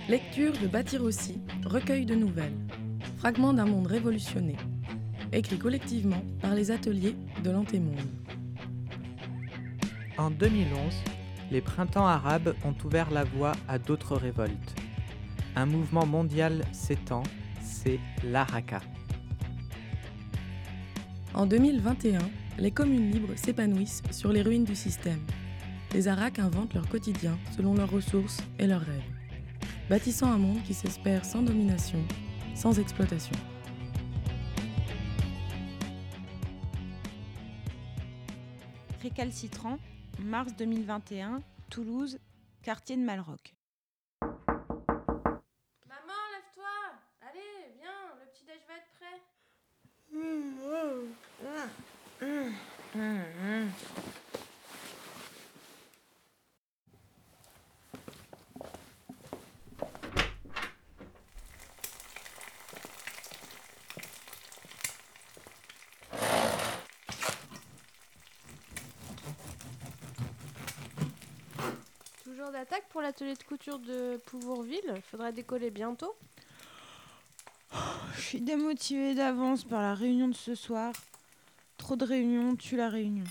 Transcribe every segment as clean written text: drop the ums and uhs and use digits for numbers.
Lecture de Bâtir aussi, recueil de nouvelles, fragments d'un monde révolutionné, écrit collectivement par les ateliers de l'Antémonde. En 2011, les printemps arabes ont ouvert la voie à d'autres révoltes. Un mouvement mondial s'étend, c'est l'Haraka. En 2021, les communes libres s'épanouissent sur les ruines du système. Les Aracs inventent leur quotidien selon leurs ressources et leurs rêves, bâtissant un monde qui s'espère sans domination, sans exploitation. Récalcitrant, mars 2021, Toulouse, quartier de Malrock. Maman, lève-toi! Allez, viens, le petit-déj va être prêt. Toujours d'attaque pour l'atelier de couture de Pouvourville. Faudra décoller bientôt. Je suis démotivée d'avance par la réunion de ce soir. Trop de réunions tue la réunion.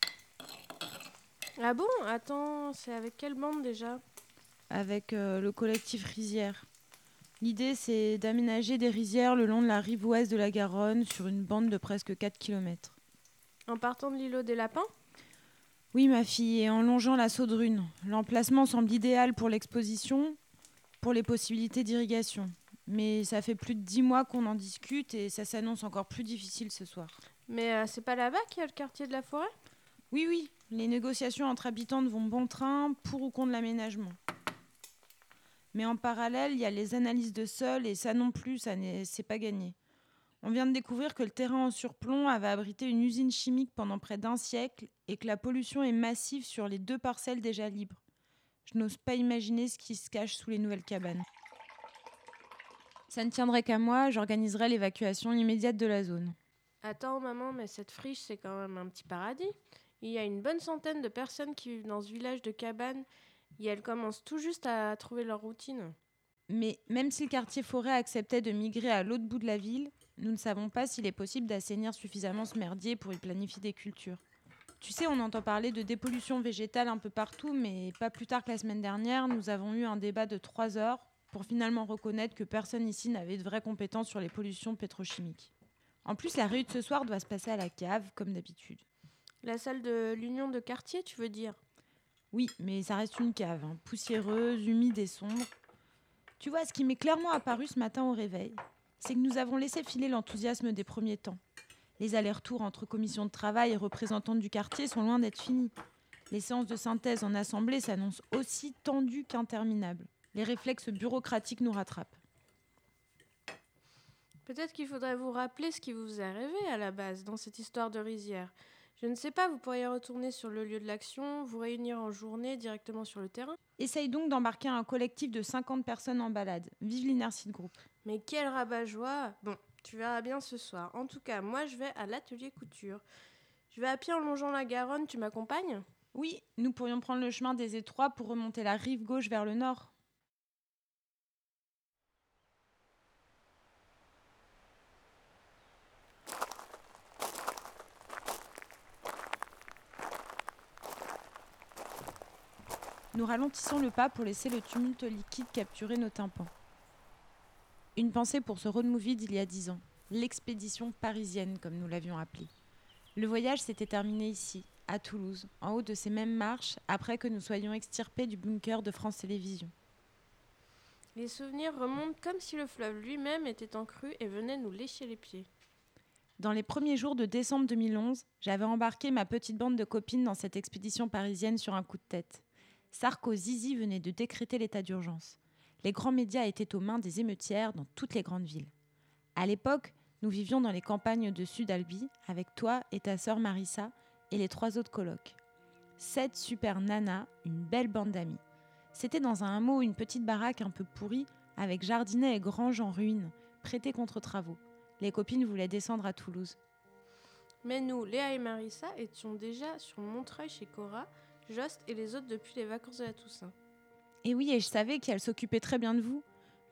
Ah bon? Attends, c'est avec quelle bande déjà? Avec le collectif Rizières. L'idée, c'est d'aménager des rizières le long de la rive ouest de la Garonne sur une bande de presque 4 km. En partant de l'îlot des Lapins? Oui, ma fille, et en longeant la Saudrune. L'emplacement semble idéal pour l'exposition, pour les possibilités d'irrigation. Mais ça fait plus de 10 mois qu'on en discute et ça s'annonce encore plus difficile ce soir. Mais c'est pas là-bas qu'il y a le quartier de la forêt? Oui, les négociations entre habitantes vont bon train, pour ou contre l'aménagement. Mais en parallèle, il y a les analyses de sol et ça non plus, c'est pas gagné. On vient de découvrir que le terrain en surplomb avait abrité une usine chimique pendant près d'1 siècle et que la pollution est massive sur les 2 parcelles déjà libres. Je n'ose pas imaginer ce qui se cache sous les nouvelles cabanes. Ça ne tiendrait qu'à moi, j'organiserai l'évacuation immédiate de la zone. Attends, maman, mais cette friche, c'est quand même un petit paradis. Il y a une bonne centaine de personnes qui vivent dans ce village de cabanes et elles commencent tout juste à trouver leur routine. Mais même si le quartier forêt acceptait de migrer à l'autre bout de la ville, nous ne savons pas s'il est possible d'assainir suffisamment ce merdier pour y planifier des cultures. Tu sais, on entend parler de dépollution végétale un peu partout, mais pas plus tard que la semaine dernière, nous avons eu un débat de 3 heures pour finalement reconnaître que personne ici n'avait de vraies compétences sur les pollutions pétrochimiques. En plus, la réunion de ce soir doit se passer à la cave, comme d'habitude. La salle de l'union de quartier, tu veux dire? Oui, mais ça reste une cave, poussiéreuse, humide et sombre. Tu vois, ce qui m'est clairement apparu ce matin au réveil, c'est que nous avons laissé filer l'enthousiasme des premiers temps. Les allers-retours entre commissions de travail et représentantes du quartier sont loin d'être finis. Les séances de synthèse en assemblée s'annoncent aussi tendues qu'interminables. Les réflexes bureaucratiques nous rattrapent. Peut-être qu'il faudrait vous rappeler ce qui vous est arrivé à la base dans cette histoire de rizière. Je ne sais pas, vous pourriez retourner sur le lieu de l'action, vous réunir en journée directement sur le terrain. Essaye donc d'embarquer un collectif de 50 personnes en balade. Vive l'inertie de groupe. Mais quel rabat-joie! Bon, tu verras bien ce soir. En tout cas, moi je vais à l'atelier couture. Je vais à pied en longeant la Garonne, tu m'accompagnes? Oui, nous pourrions prendre le chemin des Étroits pour remonter la rive gauche vers le nord. Nous ralentissons le pas pour laisser le tumulte liquide capturer nos tympans. Une pensée pour ce road movie d'il y a 10 ans, l'expédition parisienne comme nous l'avions appelée. Le voyage s'était terminé ici, à Toulouse, en haut de ces mêmes marches, après que nous soyons extirpés du bunker de France Télévisions. Les souvenirs remontent comme si le fleuve lui-même était en crue et venait nous lécher les pieds. Dans les premiers jours de décembre 2011, j'avais embarqué ma petite bande de copines dans cette expédition parisienne sur un coup de tête. Sarkozy venait de décréter l'état d'urgence. Les grands médias étaient aux mains des émeutières dans toutes les grandes villes. À l'époque, nous vivions dans les campagnes de Sud-Albi avec toi et ta sœur Marissa et les 3 autres colocs. 7 super nanas, une belle bande d'amis. C'était dans un hameau une petite baraque un peu pourrie avec jardinet et grange en ruine, prêtée contre travaux. Les copines voulaient descendre à Toulouse. Mais nous, Léa et Marissa, étions déjà sur Montreuil chez Cora, Jost et les autres depuis les vacances de la Toussaint. Et oui, et je savais qu'elle s'occupait très bien de vous.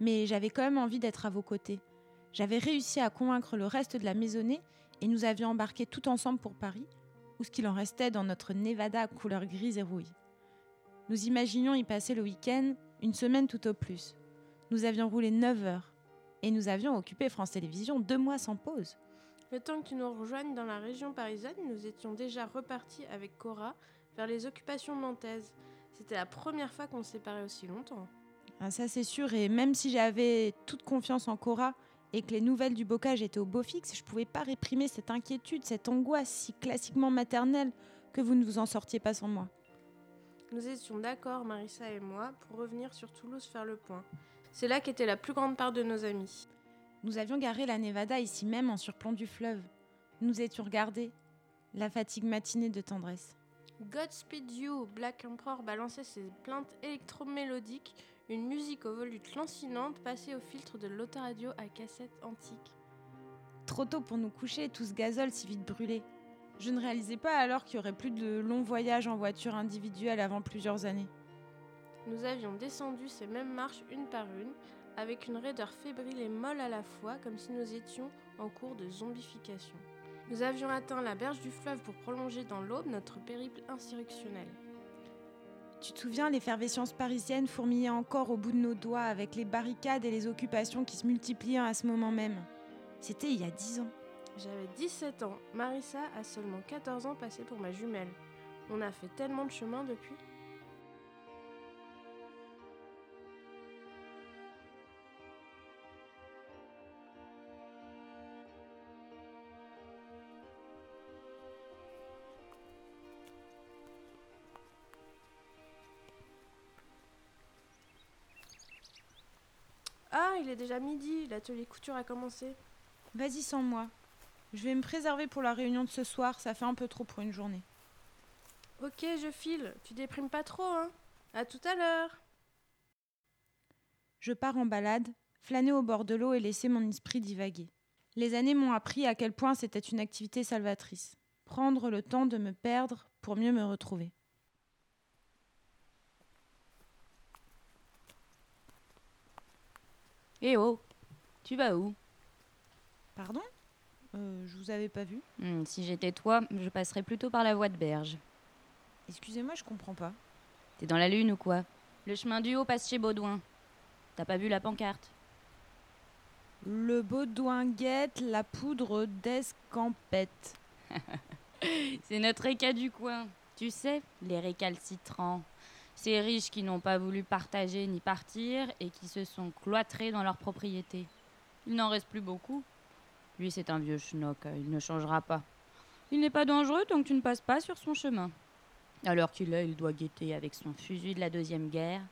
Mais j'avais quand même envie d'être à vos côtés. J'avais réussi à convaincre le reste de la maisonnée et nous avions embarqué tout ensemble pour Paris, ou ce qu'il en restait dans notre Nevada couleur grise et rouille. Nous imaginions y passer le week-end, une semaine tout au plus. Nous avions roulé 9 heures et nous avions occupé France Télévisions 2 mois sans pause. Le temps que tu nous rejoignes dans la région parisienne, nous étions déjà repartis avec Cora vers les occupations nantaises. C'était la première fois qu'on se séparait aussi longtemps. Ah, ça c'est sûr, et même si j'avais toute confiance en Cora et que les nouvelles du bocage étaient au beau fixe, je ne pouvais pas réprimer cette inquiétude, cette angoisse si classiquement maternelle que vous ne vous en sortiez pas sans moi. Nous étions d'accord, Marissa et moi, pour revenir sur Toulouse faire le point. C'est là qu'était la plus grande part de nos amis. Nous avions garé la Nevada ici même en surplomb du fleuve. Nous étions regardés, la fatigue matinée de tendresse. Godspeed You, Black Emperor balançait ses plaintes électromélodiques, une musique aux volutes lancinantes passée au filtre de l'autoradio à cassette antique. Trop tôt pour nous coucher, tout ce gazole si vite brûlé. Je ne réalisais pas alors qu'il y aurait plus de longs voyages en voiture individuelle avant plusieurs années. Nous avions descendu ces mêmes marches une par une, avec une raideur fébrile et molle à la fois, comme si nous étions en cours de zombification. Nous avions atteint la berge du fleuve pour prolonger dans l'aube notre périple insurrectionnel. Tu te souviens, l'effervescence parisienne fourmillait encore au bout de nos doigts avec les barricades et les occupations qui se multipliaient à ce moment même. C'était il y a 10 ans. J'avais 17 ans, Marissa a seulement 14 ans passé pour ma jumelle. On a fait tellement de chemin depuis. Ah, il est déjà midi, l'atelier couture a commencé. Vas-y sans moi. Je vais me préserver pour la réunion de ce soir, ça fait un peu trop pour une journée. Ok, je file. Tu déprimes pas trop, hein? À tout à l'heure. Je pars en balade, flâner au bord de l'eau et laisser mon esprit divaguer. Les années m'ont appris à quel point c'était une activité salvatrice. Prendre le temps de me perdre pour mieux me retrouver. Eh oh, tu vas où? Pardon ? Je vous avais pas vu. Si j'étais toi, je passerais plutôt par la voie de berge. Excusez-moi, je comprends pas. T'es dans la lune ou quoi? Le chemin du haut passe chez Baudouin. T'as pas vu la pancarte? Le Baudouin guette la poudre d'escampette. C'est notre réca du coin. Tu sais, les récalcitrants. Ces riches qui n'ont pas voulu partager ni partir et qui se sont cloîtrés dans leur propriété. Il n'en reste plus beaucoup. Lui, c'est un vieux schnock, il ne changera pas. Il n'est pas dangereux tant que tu ne passes pas sur son chemin. Alors qu'il il doit guetter avec son fusil de la Deuxième Guerre.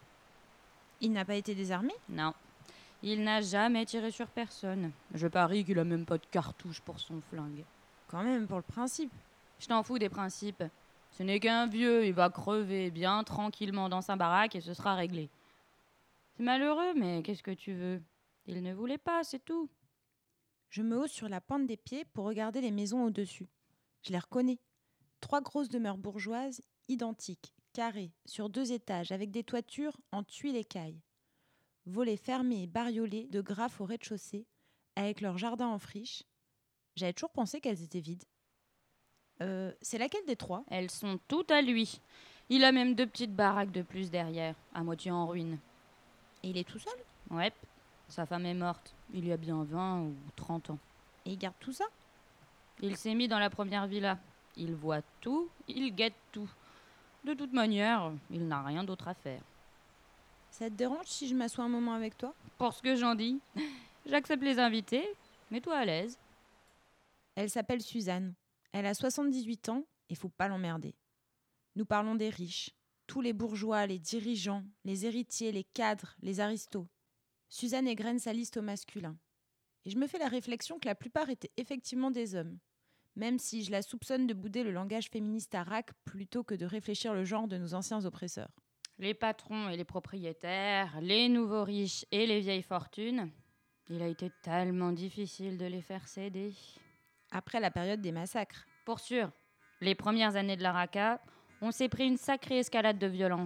Il n'a pas été désarmé ? Non, il n'a jamais tiré sur personne. Je parie qu'il a même pas de cartouche pour son flingue. Quand même, pour le principe. Je t'en fous des principes. Ce n'est qu'un vieux, il va crever bien tranquillement dans sa baraque et ce sera réglé. C'est malheureux, mais qu'est-ce que tu veux? Il ne voulait pas, c'est tout. Je me hausse sur la pente des pieds pour regarder les maisons au-dessus. Je les reconnais. 3 grosses demeures bourgeoises, identiques, carrées, sur 2 étages, avec des toitures en tuiles écailles. Volets fermés et bariolés de graphes au rez-de-chaussée, avec leur jardin en friche. J'avais toujours pensé qu'elles étaient vides. C'est laquelle des 3 ? Elles sont toutes à lui. Il a même 2 petites baraques de plus derrière, à moitié en ruine. Et il est tout seul ? Ouais, sa femme est morte. Il y a bien 20 ou 30 ans. Et il garde tout ça ? Il s'est mis dans la première villa. Il voit tout, il guette tout. De toute manière, il n'a rien d'autre à faire. Ça te dérange si je m'assois un moment avec toi ? Pour ce que j'en dis, j'accepte les invités. Mets-toi à l'aise. Elle s'appelle Suzanne. Elle a 78 ans et faut pas l'emmerder. Nous parlons des riches, tous les bourgeois, les dirigeants, les héritiers, les cadres, les aristos. Suzanne égrène sa liste au masculin. Et je me fais la réflexion que la plupart étaient effectivement des hommes, même si je la soupçonne de bouder le langage féministe arabe plutôt que de réfléchir le genre de nos anciens oppresseurs. Les patrons et les propriétaires, les nouveaux riches et les vieilles fortunes, il a été tellement difficile de les faire céder. Après la période des massacres. Pour sûr, les premières années de la RACA, on s'est pris une sacrée escalade de violence.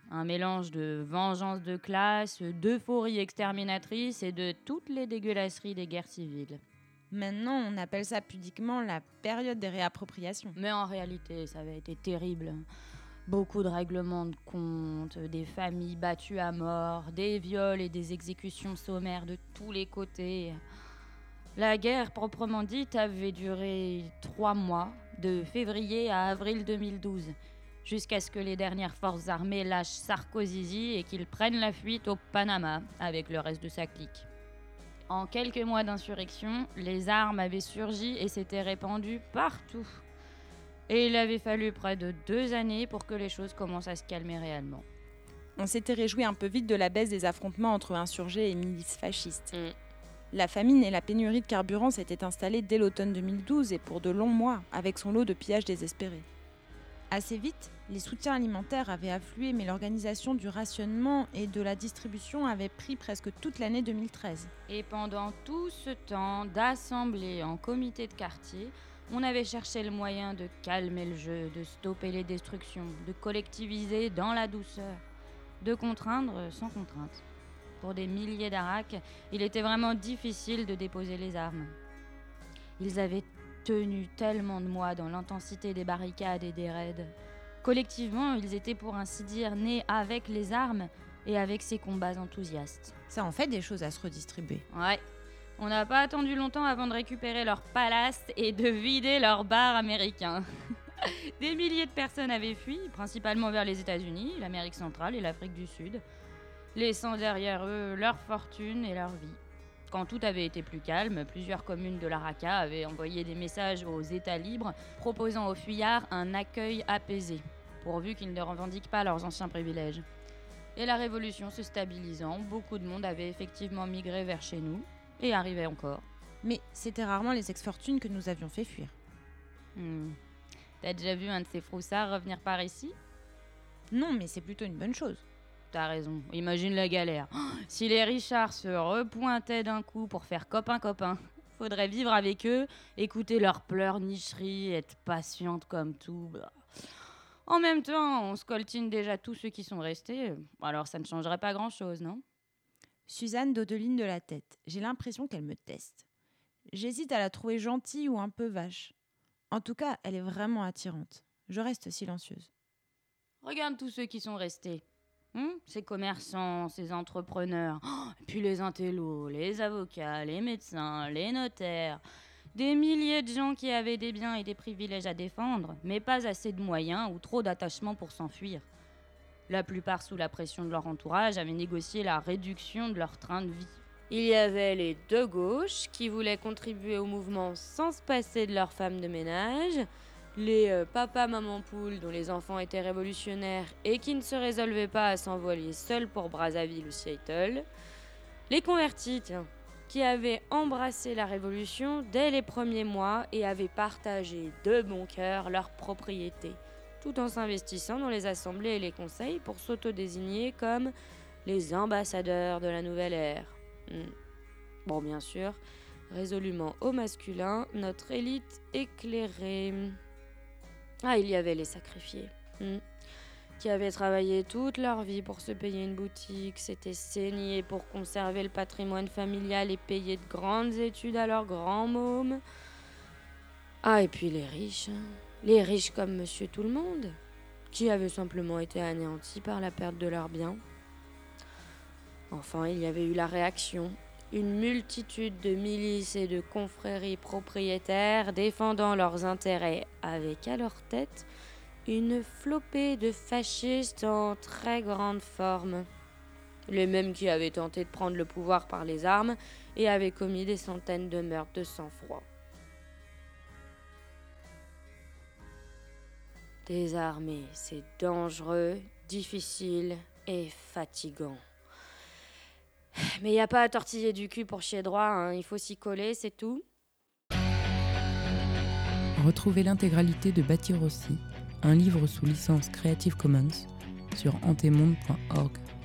Un mélange de vengeance de classe, d'euphorie exterminatrice et de toutes les dégueulasseries des guerres civiles. Maintenant, on appelle ça pudiquement la période des réappropriations. Mais en réalité, ça avait été terrible. Beaucoup de règlements de compte, des familles battues à mort, des viols et des exécutions sommaires de tous les côtés. La guerre proprement dite avait duré 3 mois, de février à avril 2012, jusqu'à ce que les dernières forces armées lâchent Sarkozy et qu'il prenne la fuite au Panama avec le reste de sa clique. En quelques mois d'insurrection, les armes avaient surgi et s'étaient répandues partout. Et il avait fallu près de 2 années pour que les choses commencent à se calmer réellement. On s'était réjoui un peu vite de la baisse des affrontements entre insurgés et milices fascistes. La famine et la pénurie de carburant s'étaient installées dès l'automne 2012 et pour de longs mois, avec son lot de pillages désespérés. Assez vite, les soutiens alimentaires avaient afflué, mais l'organisation du rationnement et de la distribution avait pris presque toute l'année 2013. Et pendant tout ce temps d'assemblée en comité de quartier, on avait cherché le moyen de calmer le jeu, de stopper les destructions, de collectiviser dans la douceur, de contraindre sans contrainte. Pour des milliers d'Aracs, il était vraiment difficile de déposer les armes. Ils avaient tenu tellement de mois dans l'intensité des barricades et des raids. Collectivement, ils étaient pour ainsi dire nés avec les armes et avec ces combats enthousiastes. Ça en fait des choses à se redistribuer. Ouais. On n'a pas attendu longtemps avant de récupérer leur palace et de vider leurs bars américains. Des milliers de personnes avaient fui, principalement vers les États-Unis, l'Amérique centrale et l'Afrique du Sud, laissant derrière eux leur fortune et leur vie. Quand tout avait été plus calme, plusieurs communes de l'Araka avaient envoyé des messages aux États libres proposant aux fuyards un accueil apaisé, pourvu qu'ils ne revendiquent pas leurs anciens privilèges. Et la révolution se stabilisant, beaucoup de monde avait effectivement migré vers chez nous, et arrivait encore. Mais c'était rarement les ex-fortunes que nous avions fait fuir. T'as déjà vu un de ces froussards revenir par ici ? Non, mais c'est plutôt une bonne chose. T'as raison, imagine la galère. Si les Richards se repointaient d'un coup pour faire copain-copain, faudrait vivre avec eux, écouter leurs pleurnicheries, être patiente comme tout. En même temps, on scoltine déjà tous ceux qui sont restés, alors ça ne changerait pas grand-chose, non ? Suzanne dodeline de la tête. J'ai l'impression qu'elle me teste. J'hésite à la trouver gentille ou un peu vache. En tout cas, elle est vraiment attirante. Je reste silencieuse. Regarde tous ceux qui sont restés. Ces commerçants, ces entrepreneurs, puis les intellos, les avocats, les médecins, les notaires. Des milliers de gens qui avaient des biens et des privilèges à défendre, mais pas assez de moyens ou trop d'attachement pour s'enfuir. La plupart, sous la pression de leur entourage, avaient négocié la réduction de leur train de vie. Il y avait les de gauche qui voulaient contribuer au mouvement sans se passer de leur femme de ménage, les papa-maman poule dont les enfants étaient révolutionnaires et qui ne se résolvaient pas à s'envoler seuls pour Brazzaville ou Seattle, les convertis, qui avaient embrassé la révolution dès les premiers mois et avaient partagé de bon cœur leurs propriétés, tout en s'investissant dans les assemblées et les conseils pour s'autodésigner comme les ambassadeurs de la nouvelle ère. Bon, bien sûr, résolument au masculin, notre élite éclairée. Ah, il y avait les sacrifiés, qui avaient travaillé toute leur vie pour se payer une boutique, s'étaient saignés pour conserver le patrimoine familial et payer de grandes études à leurs grands mômes. Ah, et puis les riches comme Monsieur Tout-le-Monde, qui avaient simplement été anéantis par la perte de leurs biens. Enfin, il y avait eu la réaction, une multitude de milices et de confréries propriétaires défendant leurs intérêts, avec à leur tête une flopée de fascistes en très grande forme. Les mêmes qui avaient tenté de prendre le pouvoir par les armes et avaient commis des centaines de meurtres de sang-froid. Désarmer, c'est dangereux, difficile et fatigant. Mais il n'y a pas à tortiller du cul pour chier droit, il faut s'y coller, c'est tout. Retrouvez l'intégralité de Bâtir aussi, un livre sous licence Creative Commons, sur antemonde.org.